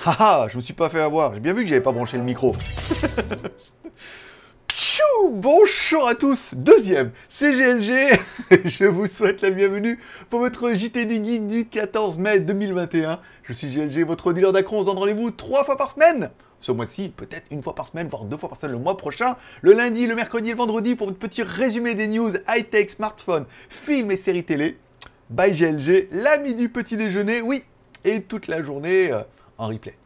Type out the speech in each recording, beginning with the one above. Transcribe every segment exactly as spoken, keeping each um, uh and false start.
Haha, je me suis pas fait avoir. J'ai bien vu que j'avais pas branché le micro. Tchou, bonjour à tous. Deuxième, c'est G L G. Je vous souhaite la bienvenue pour votre J T D Geek du quatorze mai deux mille vingt et un. Je suis G L G, votre dealer d'Acron. On se donne rendez-vous trois fois par semaine. Ce mois-ci, peut-être une fois par semaine, voire deux fois par semaine le mois prochain. Le lundi, le mercredi et le vendredi pour votre petit résumé des news high-tech, smartphones, films et séries télé. By G L G, l'ami du petit déjeuner, oui. Et toute la journée euh, en replay.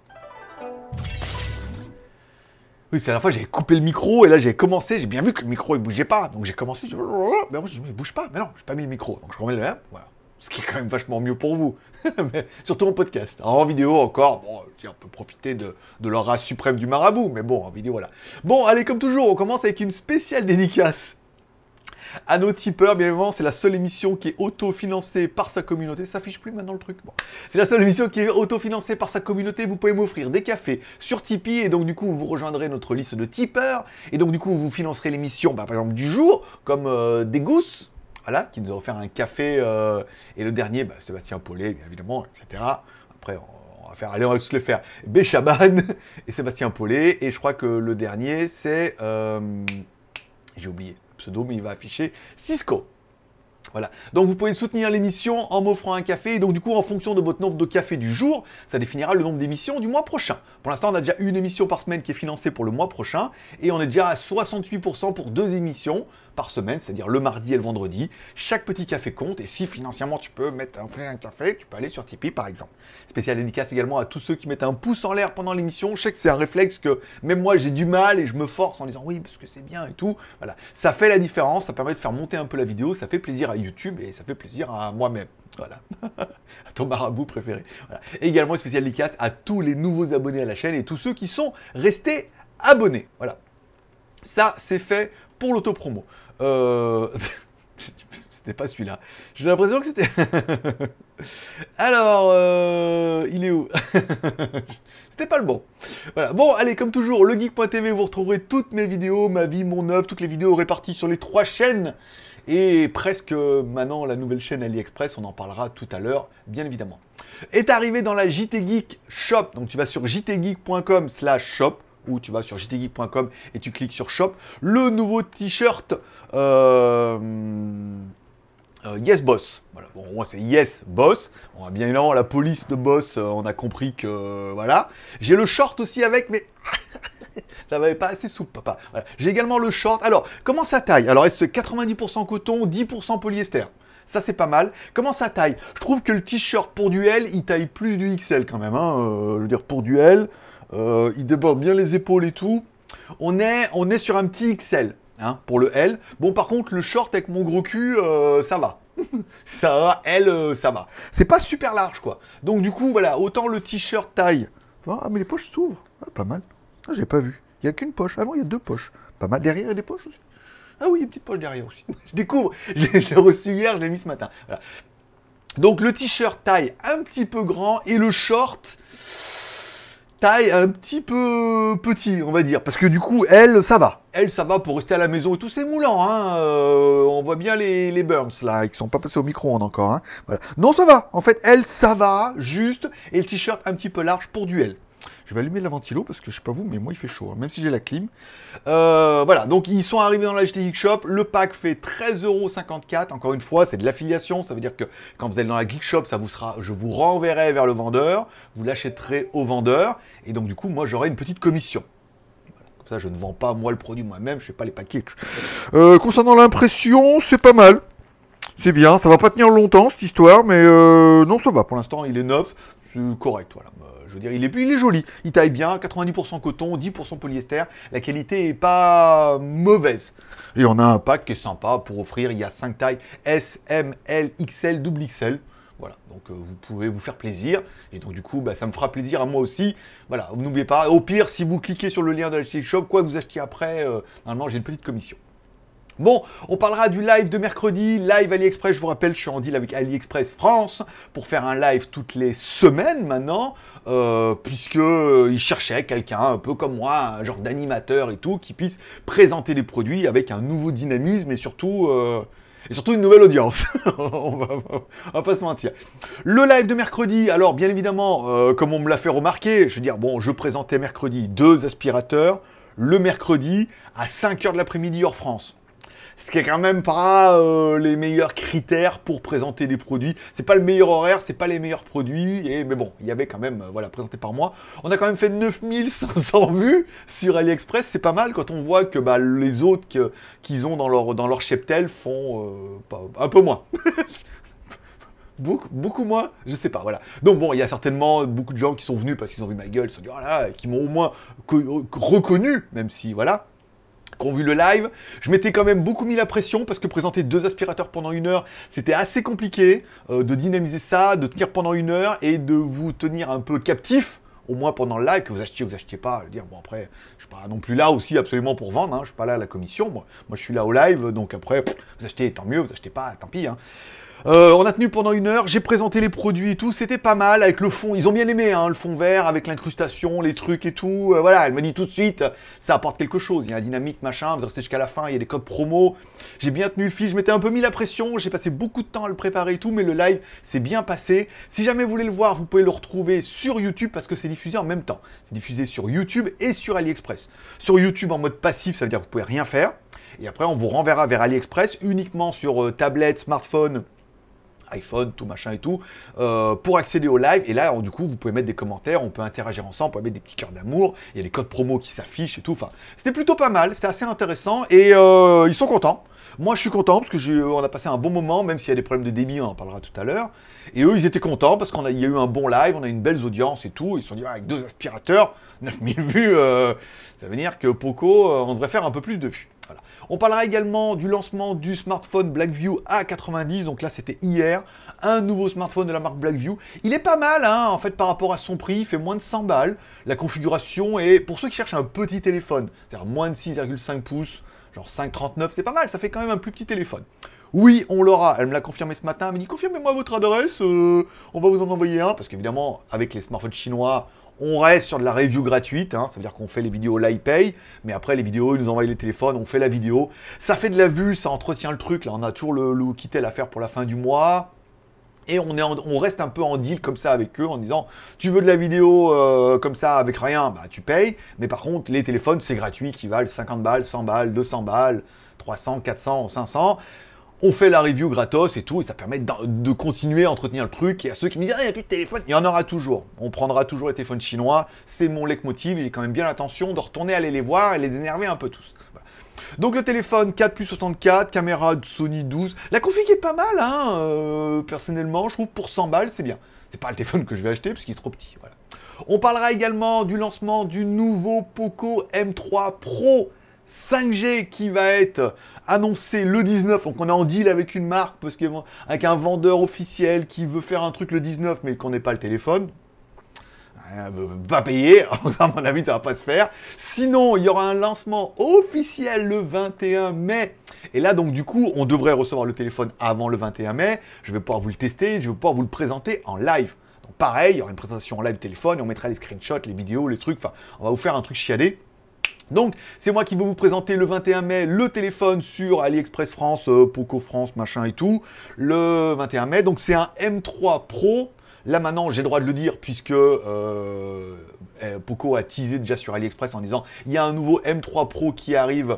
Oui, c'est la dernière fois, j'avais coupé le micro et là j'ai commencé, j'ai bien vu que le micro il bougeait pas. Donc j'ai commencé, je... mais moi je me il bouge pas. Mais non, j'ai pas mis le micro. Donc je remets le même, voilà. Ce qui est quand même vachement mieux pour vous. Mais surtout en podcast. En vidéo encore, bon, on peut profiter de, de leur race suprême du marabout. Mais bon, en vidéo, voilà. Bon, allez, comme toujours, on commence avec une spéciale dédicace à nos tipeurs. Bien évidemment, c'est la seule émission qui est auto-financée par sa communauté. Ça s'affiche plus maintenant le truc. Bon. C'est la seule émission qui est auto-financée par sa communauté. Vous pouvez m'offrir des cafés sur Tipeee et donc du coup vous rejoindrez notre liste de tipeurs et donc du coup vous financerez l'émission, bah, par exemple du jour, comme euh, des gousses, voilà, qui nous a offert un café euh, et le dernier, bah, Sébastien Paulet, bien évidemment, et cetera. Après on, on va faire, allez, on va tous les faire. Béchaban et Sébastien Paulet et je crois que le dernier c'est, euh, j'ai oublié. Pseudo, mais il va afficher Cisco. Voilà. Donc vous pouvez soutenir l'émission en m'offrant un café. Et donc du coup, en fonction de votre nombre de cafés du jour, ça définira le nombre d'émissions du mois prochain. Pour l'instant, on a déjà une émission par semaine qui est financée pour le mois prochain. Et on est déjà à soixante-huit pour cent pour deux émissions par semaine, c'est-à-dire le mardi et le vendredi. Chaque petit café compte. Et si financièrement tu peux mettre offrir un café, tu peux aller sur Tipeee par exemple. Spécial dédicace également à tous ceux qui mettent un pouce en l'air pendant l'émission. Je sais que c'est un réflexe que même moi j'ai du mal et je me force en disant oui parce que c'est bien et tout. Voilà. Ça fait la différence, ça permet de faire monter un peu la vidéo, ça fait plaisir à YouTube et ça fait plaisir à moi-même. Voilà. À ton marabout préféré. Voilà. Et également une spéciale dédicace à tous les nouveaux abonnés à la chaîne et tous ceux qui sont restés abonnés. Voilà. Ça, c'est fait pour l'autopromo. Euh... C'était pas celui-là. J'ai l'impression que c'était... Alors, euh... il est où? C'était pas le bon. Voilà. Bon, allez, comme toujours, legeek point t v, vous retrouverez toutes mes vidéos, ma vie, mon œuvre, toutes les vidéos réparties sur les trois chaînes. Et presque maintenant, la nouvelle chaîne AliExpress, on en parlera tout à l'heure, bien évidemment. Est arrivé dans la J T Geek Shop. Donc, tu vas sur j t geek point com slash shop. Ou tu vas sur j t geek point com et tu cliques sur Shop. Le nouveau t-shirt euh, euh, Yes Boss. Voilà. Bon, moi c'est Yes Boss. On a bien évidemment la police de Boss. Euh, on a compris que euh, voilà. J'ai le short aussi avec, mais ça va pas assez souple, papa. Voilà. J'ai également le short. Alors, comment ça taille? Alors, est-ce quatre-vingt-dix pour cent coton, dix pour cent polyester? Ça, c'est pas mal. Comment ça taille? Je trouve que le t-shirt pour du L, il taille plus du X L quand même. Hein. Euh, je veux dire, pour du L. Euh, il déborde bien les épaules et tout. On est, on est sur un petit X L hein, pour le L. Bon, par contre, le short avec mon gros cul, euh, ça va. Ça va, L, euh, ça va. C'est pas super large, quoi. Donc, du coup, voilà, autant le t-shirt taille. Ah, mais les poches s'ouvrent. Ah, pas mal. Ah, j'ai pas vu. Il y a qu'une poche. Ah non, il y a deux poches. Pas mal. Derrière, il y a des poches aussi. Ah oui, il y a une petite poche derrière aussi. Je découvre. Je l'ai reçu hier, je l'ai mis ce matin. Voilà. Donc, le t-shirt taille un petit peu grand et le short... taille un petit peu petit, on va dire. Parce que du coup, elle, ça va. Elle, ça va pour rester à la maison et tout. C'est moulant, hein. Euh, on voit bien les, les burns, là, qui sont pas passés au micro-ondes encore, hein. Voilà. Non, ça va. En fait, elle, ça va, juste. Et le t-shirt un petit peu large pour du L. Je vais allumer la ventilo parce que je sais pas vous, mais moi il fait chaud, hein, même si j'ai la clim. Euh, voilà, donc ils sont arrivés dans la J T Geek Shop. Le pack fait treize euros cinquante-quatre. Encore une fois, c'est de l'affiliation. Ça veut dire que quand vous allez dans la Geek Shop, ça vous sera, je vous renverrai vers le vendeur. Vous l'achèterez au vendeur. Et donc du coup, moi j'aurai une petite commission. Voilà, comme ça, je ne vends pas moi le produit moi-même. Je fais pas les packages. Euh, concernant l'impression, c'est pas mal. C'est bien. Ça va pas tenir longtemps cette histoire, mais euh, non, ça va. Pour l'instant, il est neuf. C'est correct, voilà. Je veux dire, il est, il est joli, il taille bien, quatre-vingt-dix pour cent coton, dix pour cent polyester, la qualité est pas mauvaise. Et on a un pack qui est sympa pour offrir, il y a cinq tailles, S, M, L, X L, double X L. Voilà, donc euh, vous pouvez vous faire plaisir, et donc du coup, bah, ça me fera plaisir à moi aussi. Voilà, n'oubliez pas, au pire, si vous cliquez sur le lien de la J T Geek Shop, quoi que vous achetiez après, euh, normalement j'ai une petite commission. Bon, on parlera du live de mercredi, live AliExpress, je vous rappelle, je suis en deal avec AliExpress France pour faire un live toutes les semaines maintenant, euh, puisque euh, ils cherchaient quelqu'un un peu comme moi, un genre d'animateur et tout, qui puisse présenter les produits avec un nouveau dynamisme et surtout... Euh, Et surtout une nouvelle audience. on, va, on va pas se mentir. Le live de mercredi, alors bien évidemment, euh, comme on me l'a fait remarquer, je veux dire, bon, je présentais mercredi deux aspirateurs, le mercredi à cinq heures de l'après-midi hors France. Ce qui est quand même pas euh, les meilleurs critères pour présenter des produits. C'est pas le meilleur horaire, c'est pas les meilleurs produits. Et, mais bon, il y avait quand même, euh, voilà, présenté par moi. On a quand même fait neuf mille cinq cents vues sur AliExpress. C'est pas mal quand on voit que bah, les autres que, qu'ils ont dans leur, dans leur cheptel font euh, pas, un peu moins. Beaucoup, beaucoup moins, je sais pas, voilà. Donc bon, il y a certainement beaucoup de gens qui sont venus parce qu'ils ont vu ma gueule, ils se sont dit, oh là, qui m'ont au moins co- reconnu, même si, voilà. Qui ont vu le live, je m'étais quand même beaucoup mis la pression parce que présenter deux aspirateurs pendant une heure, c'était assez compliqué euh, de dynamiser ça, de tenir pendant une heure et de vous tenir un peu captif, au moins pendant le live, que vous achetiez ou vous achetiez pas. Je veux dire, bon après, je suis pas non plus là aussi absolument pour vendre, hein, je suis pas là à la commission, moi, moi je suis là au live, donc après, pff, vous achetez tant mieux, vous achetez pas, tant pis, hein. Euh, on a tenu pendant une heure, j'ai présenté les produits et tout, c'était pas mal avec le fond, ils ont bien aimé hein, le fond vert avec l'incrustation, les trucs et tout, euh, voilà, elle m'a dit tout de suite, ça apporte quelque chose, il y a un dynamique machin, vous restez jusqu'à la fin, il y a des codes promo, j'ai bien tenu le fil, je m'étais un peu mis la pression, j'ai passé beaucoup de temps à le préparer et tout, mais le live s'est bien passé, si jamais vous voulez le voir, vous pouvez le retrouver sur YouTube parce que c'est diffusé en même temps, c'est diffusé sur YouTube et sur AliExpress. Sur YouTube en mode passif, ça veut dire que vous pouvez rien faire, et après on vous renverra vers AliExpress uniquement sur euh, tablette, smartphone, iPhone, tout machin et tout, euh, pour accéder au live. Et là, on, du coup, vous pouvez mettre des commentaires, on peut interagir ensemble, on peut mettre des petits cœurs d'amour, il y a les codes promo qui s'affichent et tout. Enfin, c'était plutôt pas mal, c'était assez intéressant et euh, ils sont contents. Moi, je suis content parce que j'ai, on a passé un bon moment, même s'il y a des problèmes de débit, on en parlera tout à l'heure. Et eux, ils étaient contents parce qu'il y a eu un bon live, on a eu une belle audience et tout. Ils se sont dit, ah, avec deux aspirateurs, neuf mille vues, euh, ça veut dire que Poco, euh, on devrait faire un peu plus de vues. Voilà. On parlera également du lancement du smartphone Blackview A quatre-vingt-dix, donc là c'était hier, un nouveau smartphone de la marque Blackview. Il est pas mal, hein, en fait, par rapport à son prix, il fait moins de cent balles. La configuration est, pour ceux qui cherchent un petit téléphone, c'est-à-dire moins de six virgule cinq pouces, genre cinq virgule trente-neuf, c'est pas mal, ça fait quand même un plus petit téléphone. Oui, on l'aura, elle me l'a confirmé ce matin, elle m'a dit confirmez-moi votre adresse, euh, on va vous en envoyer un, parce qu'évidemment, avec les smartphones chinois, on reste sur de la review gratuite, hein, ça veut dire qu'on fait les vidéos L'iPay, mais après les vidéos, ils nous envoient les téléphones, on fait la vidéo. Ça fait de la vue, ça entretient le truc, là on a toujours le, le Kitel à faire pour la fin du mois. Et on, est en, on reste un peu en deal comme ça avec eux en disant tu veux de la vidéo euh, comme ça avec rien, bah tu payes. Mais par contre, les téléphones, c'est gratuit, qui valent cinquante balles, cent balles, deux cents balles, trois cents, quatre cents, cinq cents. On fait la review gratos et tout, et ça permet de, de continuer à entretenir le truc. Et à ceux qui me disent, ah, il n'y a plus de téléphone, il y en aura toujours. On prendra toujours les téléphones chinois, c'est mon leitmotiv. J'ai quand même bien l'intention de retourner aller les voir et les énerver un peu tous. Voilà. Donc le téléphone quatre plus soixante-quatre, caméra de Sony douze. La config est pas mal, hein, euh, personnellement, je trouve pour cent balles, c'est bien. C'est pas le téléphone que je vais acheter parce qu'il est trop petit. Voilà. On parlera également du lancement du nouveau Poco M trois Pro cinq G qui va être annoncé le dix-neuf, donc on est en deal avec une marque, parce qu'avec un vendeur officiel qui veut faire un truc le dix-neuf, mais qu'on n'ait pas le téléphone, euh, pas payer, à mon avis ça va pas se faire. Sinon, il y aura un lancement officiel le vingt et un mai, et là donc du coup, on devrait recevoir le téléphone avant le vingt et un mai, je vais pouvoir vous le tester, je vais pouvoir vous le présenter en live. Donc pareil, il y aura une présentation en live téléphone, et on mettra les screenshots, les vidéos, les trucs, enfin, on va vous faire un truc chiadé. Donc, c'est moi qui vais vous présenter le vingt et un mai le téléphone sur AliExpress France, euh, Poco France, machin et tout, le vingt et un mai. Donc, c'est un M trois Pro. Là, maintenant, j'ai le droit de le dire puisque euh, Poco a teasé déjà sur AliExpress en disant il y a un nouveau M trois Pro qui arrive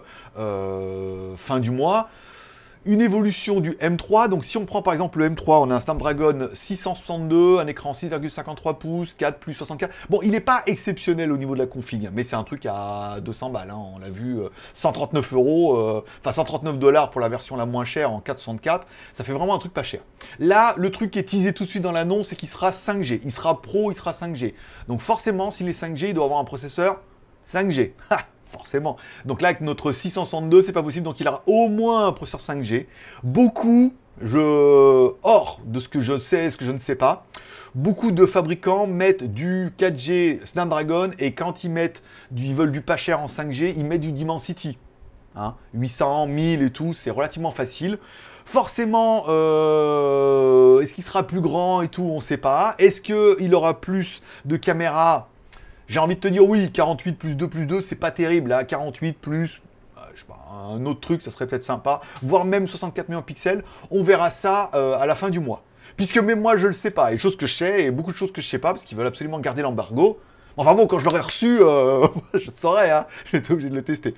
euh, fin du mois. Une évolution du M trois, donc si on prend par exemple le M trois, on a un Snapdragon six cent soixante-deux, un écran six virgule cinquante-trois pouces, quatre plus soixante-quatre. Bon, il n'est pas exceptionnel au niveau de la config, mais c'est un truc à deux cents balles, hein. On l'a vu, euh, cent trente-neuf euros, euh, enfin cent trente-neuf dollars pour la version la moins chère en quatre soixante-quatre, ça fait vraiment un truc pas cher. Là, le truc qui est teasé tout de suite dans l'annonce, c'est qu'il sera cinq G, il sera pro, il sera cinq G. Donc forcément, s'il est cinq G, il doit avoir un processeur cinq G. Forcément. Donc là, avec notre six cent soixante-deux, c'est pas possible. Donc il aura au moins un processeur cinq G. Beaucoup, je... hors de ce que je sais et ce que je ne sais pas, beaucoup de fabricants mettent du quatre G Snapdragon et quand ils mettent, du... ils veulent du pas cher en cinq G, ils mettent du Dimensity. Hein, huit cents, mille et tout, c'est relativement facile. Forcément, euh... est-ce qu'il sera plus grand et tout, on ne sait pas. Est-ce qu'il aura plus de caméras? J'ai envie de te dire oui, quarante-huit plus deux plus deux, c'est pas terrible. Là, quarante-huit plus, je sais pas, un autre truc, ça serait peut-être sympa, voire même soixante-quatre millions de pixels, on verra ça euh, à la fin du mois. Puisque même moi, je le sais pas, et choses que je sais, et beaucoup de choses que je sais pas, parce qu'ils veulent absolument garder l'embargo. Enfin bon, quand je l'aurai reçu, euh, je saurais, hein, j'étais obligé de le tester.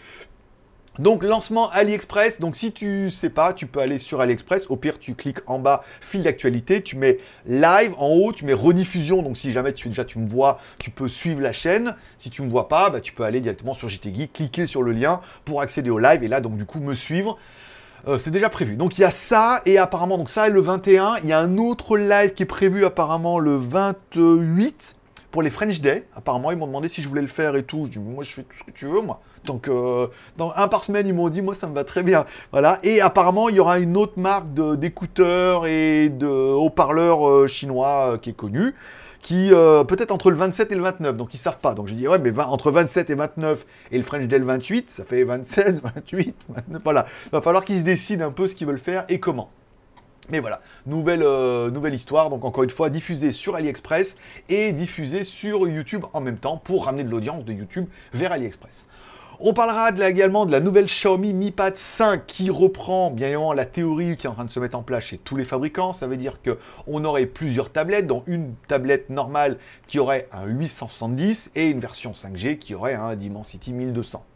Donc, lancement AliExpress. Donc, si tu sais pas, tu peux aller sur AliExpress. Au pire, tu cliques en bas, fil d'actualité. Tu mets live en haut, tu mets rediffusion. Donc, si jamais tu, déjà tu me vois, tu peux suivre la chaîne. Si tu me vois pas, bah, tu peux aller directement sur J T Geek, cliquer sur le lien pour accéder au live. Et là, donc, du coup, me suivre. Euh, c'est déjà prévu. Donc, il y a ça. Et apparemment, donc ça, le vingt et un. Il y a un autre live qui est prévu apparemment le vingt-huit pour les French Day. Apparemment, ils m'ont demandé si je voulais le faire et tout. Je dis, moi, je fais tout ce que tu veux, moi. Donc, euh, dans un par semaine, ils m'ont dit, moi, ça me va très bien. Voilà. Et apparemment, il y aura une autre marque de, d'écouteurs et de haut-parleurs euh, chinois euh, qui est connue, qui euh, peut-être entre le vingt-sept et le vingt-neuf. Donc, ils savent pas. Donc, j'ai dit, ouais, mais vingt, entre vingt-sept et vingt-neuf et le French Day le vingt-huit, ça fait vingt-sept, vingt-huit, vingt-neuf. Voilà. Il va falloir qu'ils se décident un peu ce qu'ils veulent faire et comment. Mais voilà, nouvelle, euh, nouvelle histoire, donc encore une fois, diffusée sur AliExpress et diffusée sur YouTube en même temps pour ramener de l'audience de YouTube vers AliExpress. On parlera de la, également de la nouvelle Xiaomi Mi Pad cinq qui reprend bien évidemment la théorie qui est en train de se mettre en place chez tous les fabricants. Ça veut dire qu'on aurait plusieurs tablettes, dont une tablette normale qui aurait un huit cent soixante-dix et une version cinq G qui aurait un Dimensity mille deux cents.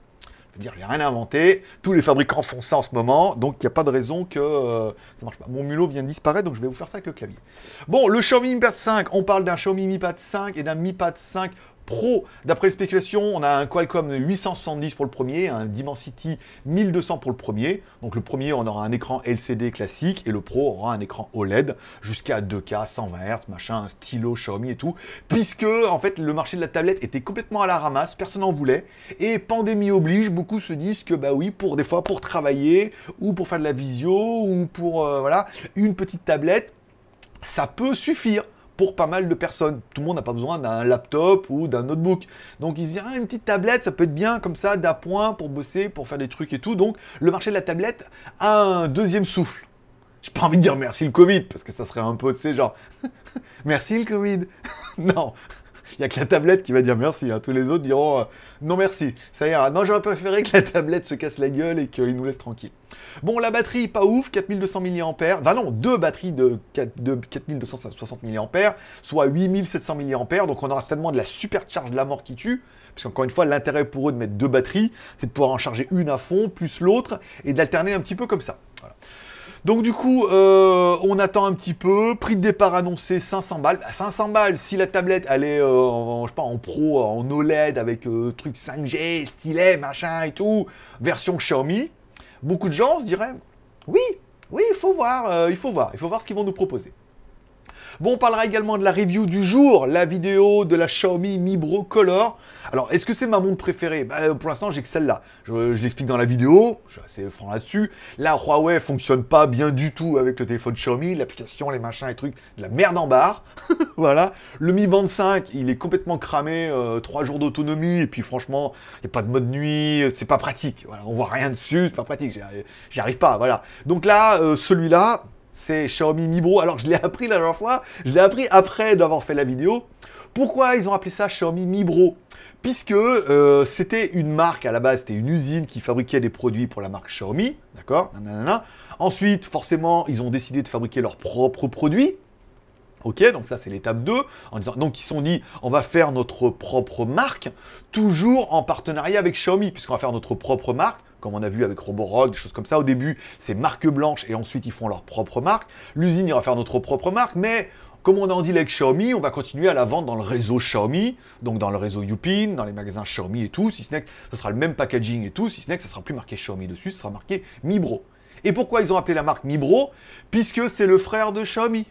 Je veux dire, j'ai rien inventé, tous les fabricants font ça en ce moment, donc il n'y a pas de raison que euh, ça marche pas. Mon mulot vient de disparaître, donc je vais vous faire ça avec le clavier. Bon, le Xiaomi Mi Pad cinq, on parle d'un Xiaomi Mi Pad cinq et d'un Mi Pad cinq Pro. D'après les spéculations, on a un Qualcomm huit cent soixante-dix pour le premier, un Dimensity mille deux cents pour le premier. Donc le premier, on aura un écran L C D classique et le Pro aura un écran O L E D jusqu'à deux K, cent vingt hertz, machin, un stylo Xiaomi et tout. Puisque, en fait, le marché de la tablette était complètement à la ramasse, personne n'en voulait. Et pandémie oblige, beaucoup se disent que, bah oui, pour des fois, pour travailler ou pour faire de la visio ou pour, euh, voilà, une petite tablette, ça peut suffire pour pas mal de personnes. Tout le monde n'a pas besoin d'un laptop ou d'un notebook. Donc ils se disent, ah, une petite tablette, ça peut être bien comme ça, d'appoint pour bosser, pour faire des trucs et tout. Donc le marché de la tablette a un deuxième souffle. J'ai pas envie de dire merci le Covid, parce que ça serait un peu, tu sais, genre, merci le Covid. Non, il n'y a que la tablette qui va dire merci. Hein. Tous les autres diront euh, non merci. Ça ira. Non, j'aurais préféré que la tablette se casse la gueule et qu'il nous laisse tranquille. Bon, la batterie, pas ouf, quatre mille deux cents milliampères. Enfin non, deux batteries de, de quatre mille deux cent soixante milliampères, soit huit mille sept cents milliampères. Donc on aura certainement de la supercharge de la mort qui tue. Parce qu'encore une fois, l'intérêt pour eux de mettre deux batteries, c'est de pouvoir en charger une à fond, plus l'autre, et d'alterner un petit peu comme ça. Voilà. Donc du coup, euh, on attend un petit peu. Prix de départ annoncé cinq cents balles. Bah, cinq cents balles, si la tablette elle est euh, en, je sais pas, en pro, en O L E D avec euh, truc cinq G, stylet, machin et tout, version Xiaomi, beaucoup de gens se diraient oui, oui, il faut voir, euh, il faut voir, il faut voir ce qu'ils vont nous proposer. Bon, on parlera également de la review du jour, la vidéo de la Xiaomi Mi Bro Color. Alors, est-ce que c'est ma montre préférée? Bah, pour l'instant, j'ai que celle-là. Je, je l'explique dans la vidéo, je suis assez franc là-dessus. Là, Huawei fonctionne pas bien du tout avec le téléphone Xiaomi, l'application, les machins, les trucs, de la merde en barre. Voilà. Le Mi Band cinq, il est complètement cramé, euh, trois jours d'autonomie, et puis franchement, il n'y a pas de mode nuit, c'est pas pratique. Voilà, on voit rien dessus, c'est pas pratique, j'y arrive pas, voilà. Donc là, euh, celui-là, c'est Xiaomi Mi Bro. Alors je l'ai appris la dernière fois, je l'ai appris après d'avoir fait la vidéo. Pourquoi ils ont appelé ça Xiaomi Mi Bro? Puisque euh, c'était une marque, à la base c'était une usine qui fabriquait des produits pour la marque Xiaomi, d'accord? Ensuite, forcément, ils ont décidé de fabriquer leurs propres produits. Ok, donc ça c'est l'étape deux, en disant, donc ils se sont dit, on va faire notre propre marque, toujours en partenariat avec Xiaomi, puisqu'on va faire notre propre marque, comme on a vu avec Roborock, des choses comme ça. Au début, c'est marque blanche, et ensuite ils font leur propre marque. L'usine ira faire notre propre marque, mais comme on a dit avec Xiaomi, on va continuer à la vendre dans le réseau Xiaomi, donc dans le réseau Youpin, dans les magasins Xiaomi et tout, si ce n'est que ce sera le même packaging et tout, si ce n'est que ça sera plus marqué Xiaomi dessus, ce sera marqué Mi Bro. Et pourquoi ils ont appelé la marque Mi Bro? Puisque c'est le frère de Xiaomi.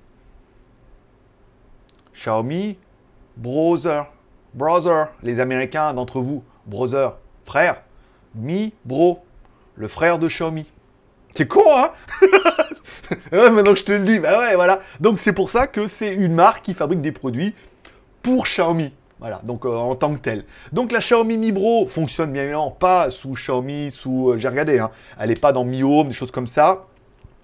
Xiaomi, brother, brother, les Américains d'entre vous, brother, frère, Mi Bro, le frère de Xiaomi. C'est con, hein? Ouais, maintenant que je te le dis, bah ouais, voilà. Donc c'est pour ça que c'est une marque qui fabrique des produits pour Xiaomi. Voilà, donc euh, en tant que tel. Donc la Xiaomi Mi Bro fonctionne bien évidemment pas sous Xiaomi, sous... Euh, j'ai regardé, hein, elle n'est pas dans Mi Home, des choses comme ça.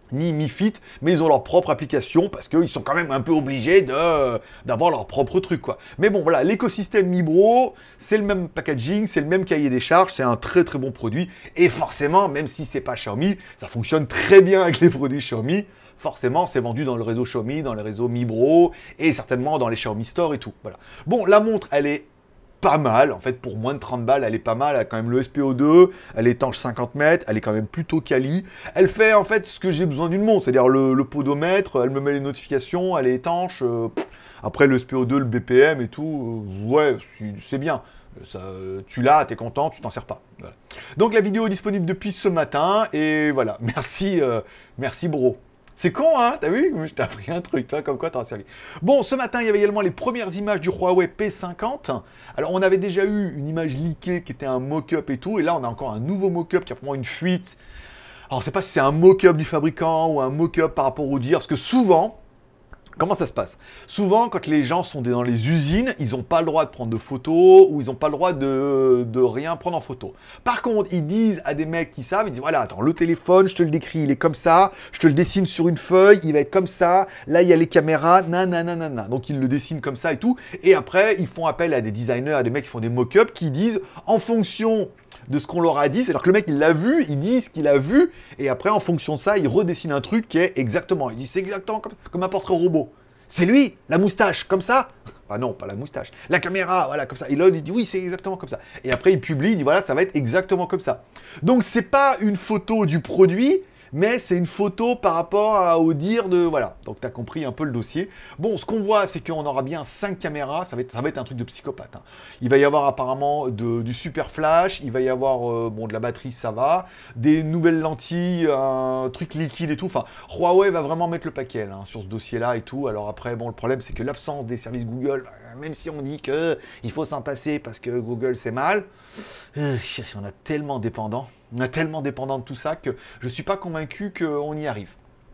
ni Mi Fit, mais ils ont leur propre application parce qu'ils sont quand même un peu obligés de, d'avoir leur propre truc, quoi. Mais bon, voilà, l'écosystème Mi Bro, c'est le même packaging, c'est le même cahier des charges, c'est un très très bon produit. Et forcément, même si c'est pas Xiaomi, ça fonctionne très bien avec les produits Xiaomi. Forcément, c'est vendu dans le réseau Xiaomi, dans le réseau Mi Bro, et certainement dans les Xiaomi Store et tout. Voilà. Bon, la montre, elle est pas mal, en fait, pour moins de trente balles, elle est pas mal, elle a quand même le S P O deux, elle est étanche cinquante mètres, elle est quand même plutôt quali. Elle fait, en fait, ce que j'ai besoin d'une montre, c'est-à-dire le, le podomètre, elle me met les notifications, elle est étanche. Euh, après, le S P O deux, le B P M et tout, euh, ouais, c'est bien. Ça, tu l'as, t'es content, tu t'en sers pas. Voilà. Donc, la vidéo est disponible depuis ce matin, et voilà, merci, euh, merci bro. C'est con, hein? T'as vu? Je t'ai appris un truc, toi, comme quoi t'en as servi. Bon, ce matin, il y avait également les premières images du Huawei P cinquante. Alors, on avait déjà eu une image leakée qui était un mock-up et tout. Et là, on a encore un nouveau mock-up qui a probablement une fuite. Alors, on ne sait pas si c'est un mock-up du fabricant ou un mock-up par rapport au dire. Parce que souvent... Comment ça se passe? Souvent, quand les gens sont dans les usines, ils n'ont pas le droit de prendre de photos ou ils n'ont pas le droit de, de rien prendre en photo. Par contre, ils disent à des mecs qui savent, ils disent voilà, attends, le téléphone, je te le décris, il est comme ça, je te le dessine sur une feuille, il va être comme ça, là il y a les caméras, nanana. Donc ils le dessinent comme ça et tout. Et après, ils font appel à des designers, à des mecs qui font des mock-ups qui disent en fonction de ce qu'on leur a dit, c'est-à-dire que le mec il l'a vu, il dit ce qu'il a vu, et après en fonction de ça, il redessine un truc qui est exactement, il dit c'est exactement comme, comme un portrait robot. C'est lui, la moustache, comme ça. Ah non, pas la moustache. La caméra, voilà, comme ça. Et là, il dit oui, c'est exactement comme ça. Et après, il publie, il dit voilà, ça va être exactement comme ça. Donc, c'est pas une photo du produit, mais c'est une photo par rapport à, au dire de... Voilà, donc tu as compris un peu le dossier. Bon, ce qu'on voit, c'est qu'on aura bien cinq caméras, ça va être, ça va être un truc de psychopathe. Hein. Il va y avoir apparemment de, du super flash, il va y avoir euh, bon, de la batterie, ça va, des nouvelles lentilles, un truc liquide et tout. Enfin, Huawei va vraiment mettre le paquet là, hein, sur ce dossier-là et tout. Alors après, bon, le problème, c'est que l'absence des services Google, même si on dit qu'il faut s'en passer parce que Google, c'est mal, euh, on a tellement dépendant. On est tellement dépendant de tout ça que je ne suis pas convaincu qu'on y arrive.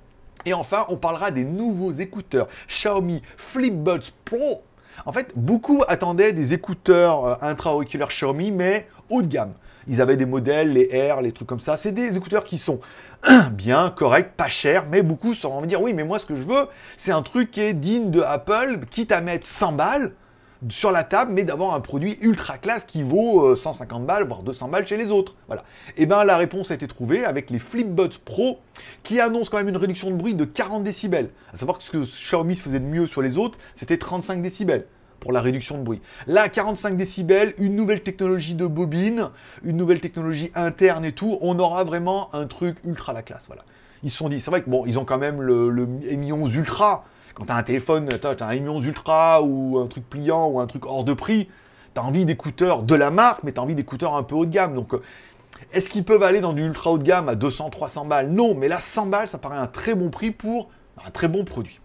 Et enfin, on parlera des nouveaux écouteurs Xiaomi FlipBuds Pro. En fait, beaucoup attendaient des écouteurs intra-auriculaires Xiaomi, mais haut de gamme. Ils avaient des modèles, les Air, les trucs comme ça. C'est des écouteurs qui sont bien, corrects, pas chers, mais beaucoup seront me dire oui, mais moi, ce que je veux, c'est un truc qui est digne de Apple, quitte à mettre cent balles sur la table, mais d'avoir un produit ultra classe qui vaut cent cinquante balles, voire deux cents balles chez les autres. Voilà. Et bien la réponse a été trouvée avec les FlipBuds Pro qui annoncent quand même une réduction de bruit de quarante décibels. À savoir que ce que Xiaomi faisait de mieux sur les autres, c'était trente-cinq décibels pour la réduction de bruit. Là, quarante-cinq décibels, une nouvelle technologie de bobine, une nouvelle technologie interne et tout, on aura vraiment un truc ultra la classe. Voilà. Ils se sont dit, c'est vrai que bon, ils ont quand même le, le M onze Ultra. Quand tu as un téléphone, tu as un M onze Ultra ou un truc pliant ou un truc hors de prix, tu as envie d'écouteurs de la marque, mais tu as envie d'écouteurs un peu haut de gamme. Donc, est-ce qu'ils peuvent aller dans du ultra haut de gamme à deux cents, trois cents balles? Non, mais là, cent balles, ça paraît un très bon prix pour un très bon produit.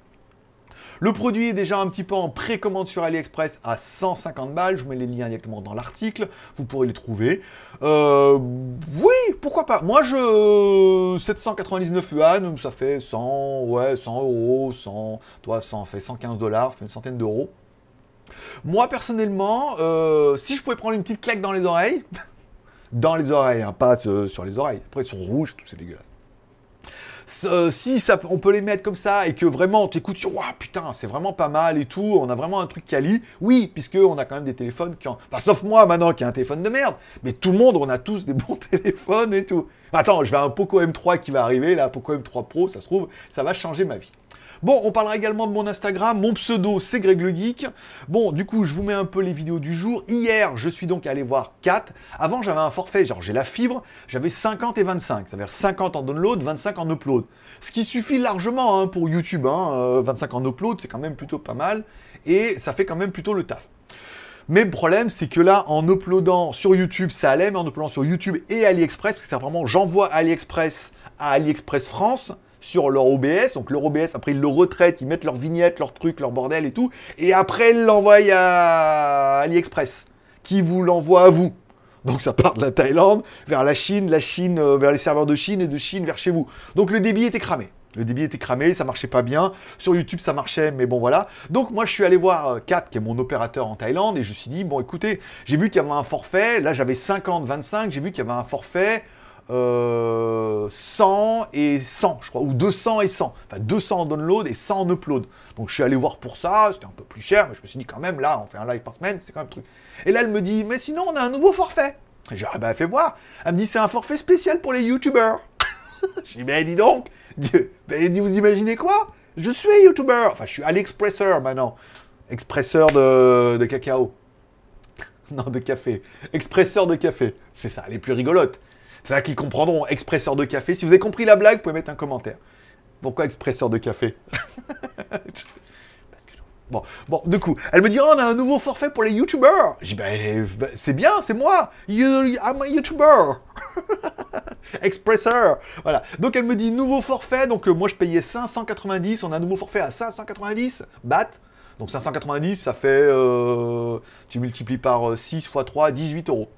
Le produit est déjà un petit peu en précommande sur AliExpress à cent cinquante balles. Je vous mets les liens directement dans l'article. Vous pourrez les trouver. Euh, oui, pourquoi pas. Moi, je... sept cent quatre-vingt-dix-neuf yuan, ça fait cent, ouais, cent euros, cent, toi, ça en fait cent quinze dollars, ça fait une centaine d'euros. Moi, personnellement, euh, si je pouvais prendre une petite claque dans les oreilles, dans les oreilles, hein, pas euh, sur les oreilles. Après, ils sont rouges, tout, c'est dégueulasse. Euh, si ça, on peut les mettre comme ça et que vraiment tu écoutes sur, waouh putain, c'est vraiment pas mal et tout, on a vraiment un truc quali, oui, puisque on a quand même des téléphones qui ont, enfin, sauf moi maintenant qui a un téléphone de merde, mais tout le monde, on a tous des bons téléphones et tout. Attends, je vais à un Poco M trois qui va arriver, là, Poco M trois Pro, ça se trouve, ça va changer ma vie. Bon, on parlera également de mon Instagram, mon pseudo c'est Greg le Geek. Bon, du coup, je vous mets un peu les vidéos du jour. Hier, je suis donc allé voir Kat. Avant, j'avais un forfait, genre j'ai la fibre, j'avais cinquante et vingt-cinq. Ça veut dire cinquante en download, vingt-cinq en upload. Ce qui suffit largement hein, pour YouTube. Hein. Euh, vingt-cinq en upload, c'est quand même plutôt pas mal. Et ça fait quand même plutôt le taf. Mais le problème, c'est que là, en uploadant sur YouTube, ça allait, mais en uploadant sur YouTube et AliExpress, parce que c'est vraiment, j'envoie AliExpress à AliExpress France, sur leur O B S, donc leur O B S, après ils le retraitent, ils mettent leurs vignettes, leurs trucs, leur bordel et tout, et après ils l'envoient à AliExpress, qui vous l'envoie à vous. Donc ça part de la Thaïlande vers la Chine, la Chine euh, vers les serveurs de Chine, et de Chine vers chez vous. Donc le débit était cramé. Le débit était cramé, ça marchait pas bien. Sur YouTube, ça marchait, mais bon, voilà. Donc, moi, je suis allé voir Kat, qui est mon opérateur en Thaïlande, et je me suis dit, bon, écoutez, j'ai vu qu'il y avait un forfait. Là, j'avais cinquante vingt-cinq, j'ai vu qu'il y avait un forfait euh, cent et cent, je crois, ou deux cents et cent. Enfin, deux cents en download et cent en upload. Donc je suis allé voir pour ça, c'était un peu plus cher, mais je me suis dit quand même, là, on fait un live par semaine, c'est quand même un truc. Et là, elle me dit, mais sinon, on a un nouveau forfait. J'ai dit, ah bah, fais voir. Elle me dit, c'est un forfait spécial pour les youtubeurs. J'ai dit, mais dis donc, ben, vous imaginez quoi? Je suis youtubeur. Enfin, je suis AliExpresseur maintenant. Expresseur de, de cacao. Non, de café. Expresseur de café. C'est ça, les plus rigolotes. C'est ça qu'ils comprendront. Expresseur de café. Si vous avez compris la blague, vous pouvez mettre un commentaire. Pourquoi expresseur de café? Bon, bon, du coup, elle me dit, oh, on a un nouveau forfait pour les youtubeurs. J'ai dit, ben, ben, c'est bien, c'est moi. You, I'm a youtuber. Expresseur. Voilà. Donc, elle me dit, nouveau forfait. Donc, euh, moi, je payais cinq cent quatre-vingt-dix. On a un nouveau forfait à cinq cent quatre-vingt-dix. Bat. Donc, cinq cent quatre-vingt-dix, ça fait, euh, tu multiplies par six fois trois, dix-huit euros.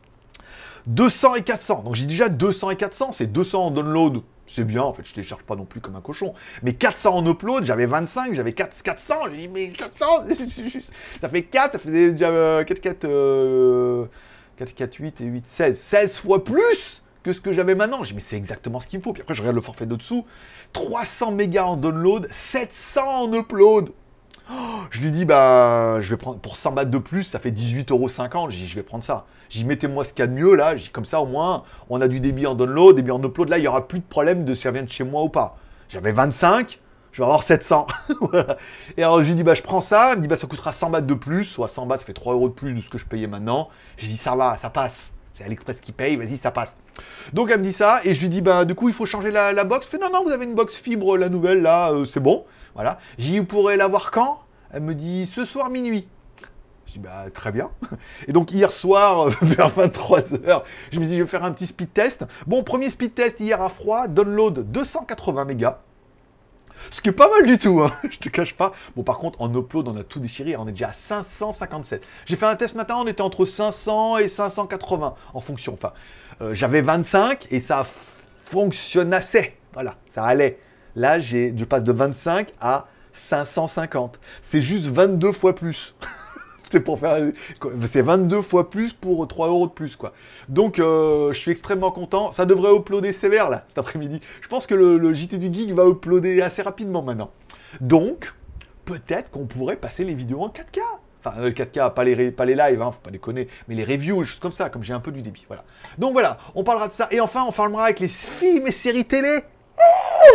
deux cents et quatre cents. Donc, j'ai déjà deux cents et quatre cents. C'est deux cents en download. C'est bien, en fait, je télécharge pas non plus comme un cochon. Mais quatre cents en upload, j'avais vingt-cinq, j'avais quatre cents, j'ai dit, mais quatre cents, ça fait quatre, ça fait déjà euh, quatre, quatre, euh, quatre, quatre, huit et huit, seize. seize fois plus que ce que j'avais maintenant. J'ai dit, mais c'est exactement ce qu'il me faut. Puis après, je regarde le forfait de dessous, trois cents mégas en download, sept cents en upload. Oh, je lui dis, bah, je vais prendre, pour cent bahts de plus, ça fait dix-huit euros cinquante. J'ai dit, je vais prendre ça. J'ai dit, mettez-moi ce qu'il y a de mieux, là. J'ai dit, comme ça, au moins, on a du débit en download, débit en upload. Là, il n'y aura plus de problème de si ça vient de chez moi ou pas. J'avais vingt-cinq, je vais avoir sept cents. Voilà. Et alors, je lui dis, bah, je prends ça. Elle me dit, bah, ça coûtera cent bahts de plus. Soit cent bahts, ça fait trois euros de plus de ce que je payais maintenant. J'ai dit, ça va, ça passe. C'est AliExpress qui paye, vas-y, ça passe. Donc, elle me dit ça. Et je lui dis, bah, du coup, il faut changer la, la box. Elle fait, non, non, vous avez une box fibre, la nouvelle, là, euh, c'est bon. Voilà. J'ai dit, vous pourrez l'avoir quand? Elle me dit, ce soir minuit. Je dis, bah, très bien. Et donc, hier soir, vers vingt-trois heures, je me dis, je vais faire un petit speed test. Bon, premier speed test hier à froid, download deux cent quatre-vingts mégas. Ce qui est pas mal du tout, hein, je te cache pas. Bon, par contre, en upload, on a tout déchiré. On est déjà à cinq cent cinquante-sept. J'ai fait un test matin, on était entre cinq cents et cinq cent quatre-vingts en fonction. Enfin, euh, j'avais vingt-cinq et ça fonctionnassait. Voilà, ça allait. Là, j'ai, je passe de vingt-cinq à cinq cent cinquante. C'est juste vingt-deux fois plus. C'est pour faire, c'est vingt-deux fois plus pour trois euros de plus, quoi. Donc, euh, je suis extrêmement content. Ça devrait uploader sévère, là, cet après-midi. Je pense que le, le J T du Geek va uploader assez rapidement, maintenant. Donc, peut-être qu'on pourrait passer les vidéos en quatre K. Enfin, euh, quatre K, pas les, pas les lives, hein, faut pas déconner, mais les reviews, juste comme ça, comme j'ai un peu du débit, voilà. Donc, voilà, on parlera de ça. Et enfin, on parlera avec les films et séries télé. Oh,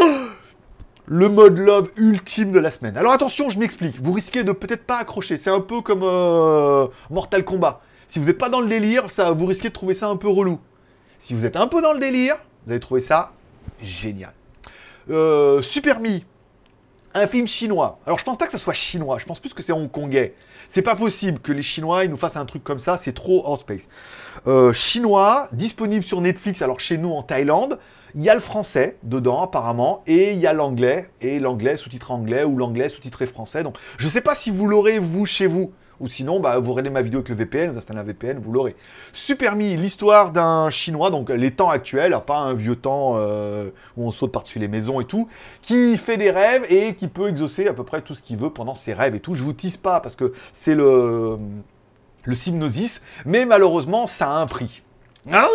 le mode love ultime de la semaine. Alors attention, je m'explique. Vous risquez de peut-être pas accrocher. C'est un peu comme euh, Mortal Kombat. Si vous n'êtes pas dans le délire, ça, vous risquez de trouver ça un peu relou. Si vous êtes un peu dans le délire, vous allez trouver ça génial. Euh, Super Me, un film chinois. Alors je pense pas que ça soit chinois. Je pense plus que c'est hongkongais. C'est pas possible que les Chinois ils nous fassent un truc comme ça. C'est trop hors space. Euh, chinois, disponible sur Netflix. Alors chez nous en Thaïlande. Il y a le français dedans apparemment et il y a l'anglais et l'anglais sous-titré anglais ou l'anglais sous-titré français. Donc je sais pas si vous l'aurez vous chez vous ou sinon bah, vous regardez ma vidéo avec le V P N, vous installez un V P N, vous l'aurez. Super Me, l'histoire d'un Chinois, donc les temps actuels, pas un vieux temps euh, où on saute par-dessus les maisons et tout, qui fait des rêves et qui peut exaucer à peu près tout ce qu'il veut pendant ses rêves et tout. Je vous tease pas parce que c'est le le Hypnosis, mais malheureusement ça a un prix. Ah,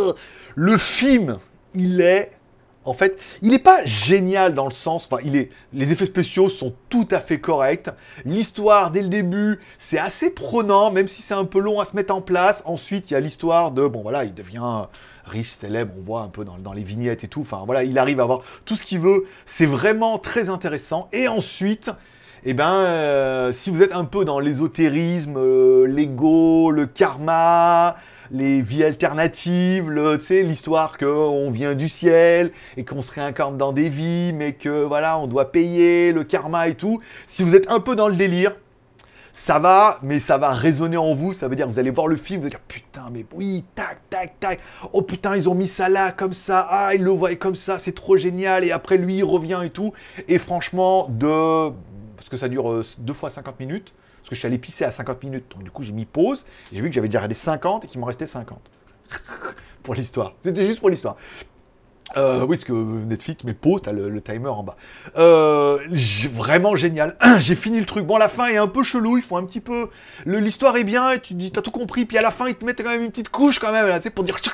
le film il est, en fait, il n'est pas génial dans le sens, enfin, il est, les effets spéciaux sont tout à fait corrects. L'histoire, dès le début, c'est assez prenant, même si c'est un peu long à se mettre en place. Ensuite, il y a l'histoire de, bon voilà, il devient riche, célèbre, on voit un peu dans, dans les vignettes et tout. Enfin, voilà, il arrive à avoir tout ce qu'il veut. C'est vraiment très intéressant. Et ensuite, eh ben, euh, si vous êtes un peu dans l'ésotérisme, euh, l'ego, le karma, les vies alternatives, le, tu sais, l'histoire qu'on vient du ciel et qu'on se réincarne dans des vies, mais que voilà, on doit payer le karma et tout. Si vous êtes un peu dans le délire, ça va, mais ça va résonner en vous. Ça veut dire, vous allez voir le film, vous allez dire putain, mais oui, tac, tac, tac. Oh putain, ils ont mis ça là, comme ça. Ah, ils le voient comme ça, c'est trop génial. Et après, lui, il revient et tout. Et franchement, de parce que ça dure deux fois cinquante minutes. Parce que je suis allé pisser à cinquante minutes. Donc du coup, j'ai mis pause. Et j'ai vu que j'avais déjà regardé cinquante et qu'il m'en restait cinquante. Pour l'histoire. C'était juste pour l'histoire. Euh, oui, parce que Netflix met pause, t'as le, le timer en bas. Euh, vraiment génial. J'ai fini le truc. Bon, la fin est un peu chelou. Ils font un petit peu... Le, l'histoire est bien et tu dis, t'as tout compris. Puis à la fin, ils te mettent quand même une petite couche quand même, là, tu sais, pour dire...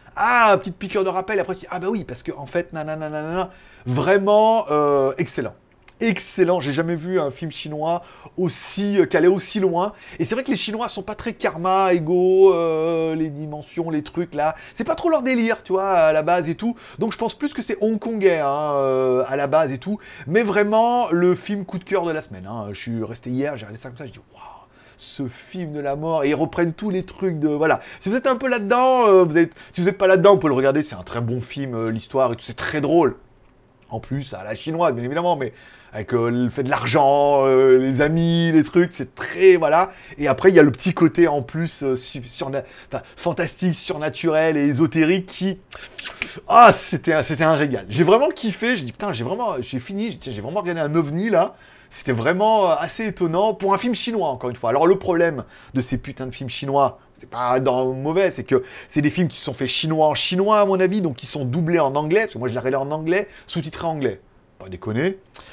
Ah, petite piqûre de rappel, après tu dis, ah bah oui, parce que en fait, nanana, nanana, vraiment euh, excellent. Excellent, j'ai jamais vu un film chinois aussi, euh, qu'aller aussi loin. Et c'est vrai que les Chinois sont pas très karma, ego, euh, les dimensions, les trucs là. C'est pas trop leur délire, tu vois, à la base et tout. Donc je pense plus que c'est hongkongais, hein, euh, à la base et tout. Mais vraiment, le film coup de cœur de la semaine. Hein. Je suis resté hier, j'ai regardé ça comme ça, je dis, waouh, ce film de la mort. Et ils reprennent tous les trucs de. Voilà. Si vous êtes un peu là-dedans, euh, vous êtes... si vous n'êtes pas là-dedans, vous pouvez le regarder, c'est un très bon film, euh, l'histoire et tout, c'est très drôle. En plus, à la chinoise, bien évidemment, mais avec euh, le fait de l'argent, euh, les amis, les trucs, c'est très, voilà. Et après, il y a le petit côté en plus euh, sur, surna- enfin, fantastique, surnaturel et ésotérique qui... Ah, c'était un, c'était un régal. J'ai vraiment kiffé, j'ai dit, putain, j'ai vraiment, j'ai fini, j'ai j'ai vraiment regardé un ovni, là. C'était vraiment euh, assez étonnant pour un film chinois, encore une fois. Alors, le problème de ces putains de films chinois, c'est pas dans le mauvais, c'est que c'est des films qui se sont faits chinois en chinois, à mon avis, donc qui sont doublés en anglais, parce que moi, je les regardais en anglais, sous-titrés en anglais. Pas déconner.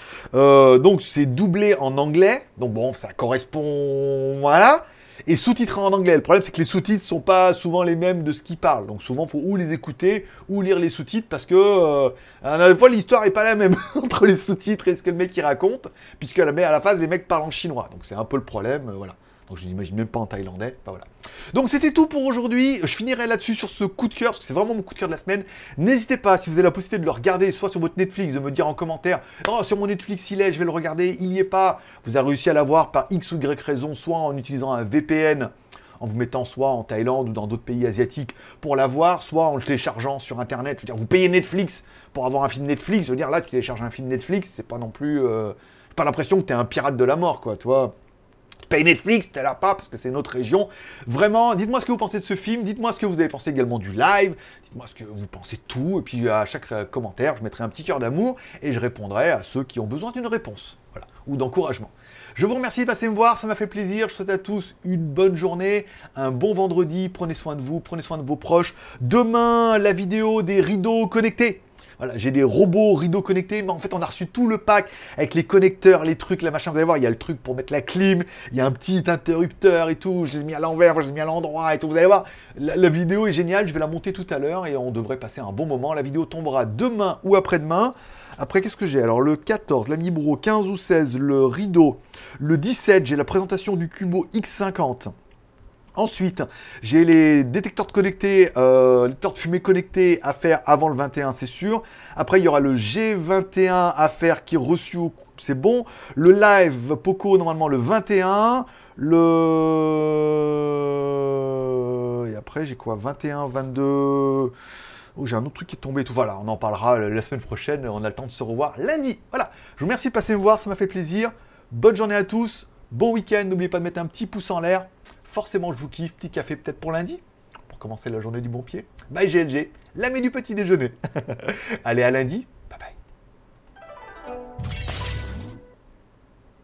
Euh, donc c'est doublé en anglais, donc bon, ça correspond, voilà, et sous-titré en anglais. Le problème, c'est que les sous-titres sont pas souvent les mêmes de ce qu'ils parlent, donc souvent, il faut ou les écouter, ou lire les sous-titres, parce que, euh, à la fois, l'histoire est pas la même entre les sous-titres et ce que le mec il raconte, puisque à la, à la phase, les mecs parlent en chinois, donc c'est un peu le problème, euh, voilà. Donc je n'imagine même pas en thaïlandais. Enfin, voilà. Donc c'était tout pour aujourd'hui. Je finirai là-dessus sur ce coup de cœur, parce que c'est vraiment mon coup de cœur de la semaine. N'hésitez pas, si vous avez la possibilité de le regarder, soit sur votre Netflix, de me dire en commentaire, oh, sur mon Netflix il est, je vais le regarder, il n'y est pas. Vous avez réussi à l'avoir par X ou Y raison, soit en utilisant un V P N, en vous mettant soit en Thaïlande ou dans d'autres pays asiatiques pour l'avoir, soit en le téléchargeant sur Internet. Je veux dire, vous payez Netflix pour avoir un film Netflix. Je veux dire, là, tu télécharges un film Netflix, c'est pas non plus... Euh, j'ai pas l'impression que t'es un pirate de la mort, quoi, tu vois. Paye Netflix, t'es là pas parce que c'est notre région. Vraiment, dites-moi ce que vous pensez de ce film, dites-moi ce que vous avez pensé également du live, dites-moi ce que vous pensez de tout, et puis à chaque euh, commentaire, je mettrai un petit cœur d'amour et je répondrai à ceux qui ont besoin d'une réponse, voilà, ou d'encouragement. Je vous remercie de passer me voir, ça m'a fait plaisir. Je souhaite à tous une bonne journée, un bon vendredi, prenez soin de vous, prenez soin de vos proches. Demain, la vidéo des rideaux connectés. Voilà, j'ai des robots rideaux connectés, mais en fait on a reçu tout le pack avec les connecteurs, les trucs, la machin, vous allez voir, il y a le truc pour mettre la clim, il y a un petit interrupteur et tout, je les ai mis à l'envers, je les ai mis à l'endroit et tout, vous allez voir, la, la vidéo est géniale, je vais la monter tout à l'heure et on devrait passer un bon moment, la vidéo tombera demain ou après-demain. Après, qu'est-ce que j'ai? Alors, le quatorze, l'Ami Bro, quinze ou seize, le rideau, le dix-sept, j'ai la présentation du Cubo X cinquante. Ensuite, j'ai les détecteurs de connectés, euh, les détecteurs de fumée connectés à faire avant le vingt et un, c'est sûr. Après, il y aura le G vingt et un à faire qui est reçu, c'est bon. Le live Poco, normalement, le vingt et un. Le... Et après, j'ai quoi? vingt et un, vingt-deux... Oh, j'ai un autre truc qui est tombé. Tout voilà, on en parlera la semaine prochaine. On a le temps de se revoir lundi. Voilà, je vous remercie de passer me voir, ça m'a fait plaisir. Bonne journée à tous, bon week-end. N'oubliez pas de mettre un petit pouce en l'air. Forcément, je vous kiffe. Petit café peut-être pour lundi, pour commencer la journée du bon pied. Bye G L G, l'ami du petit déjeuner. Allez, à lundi.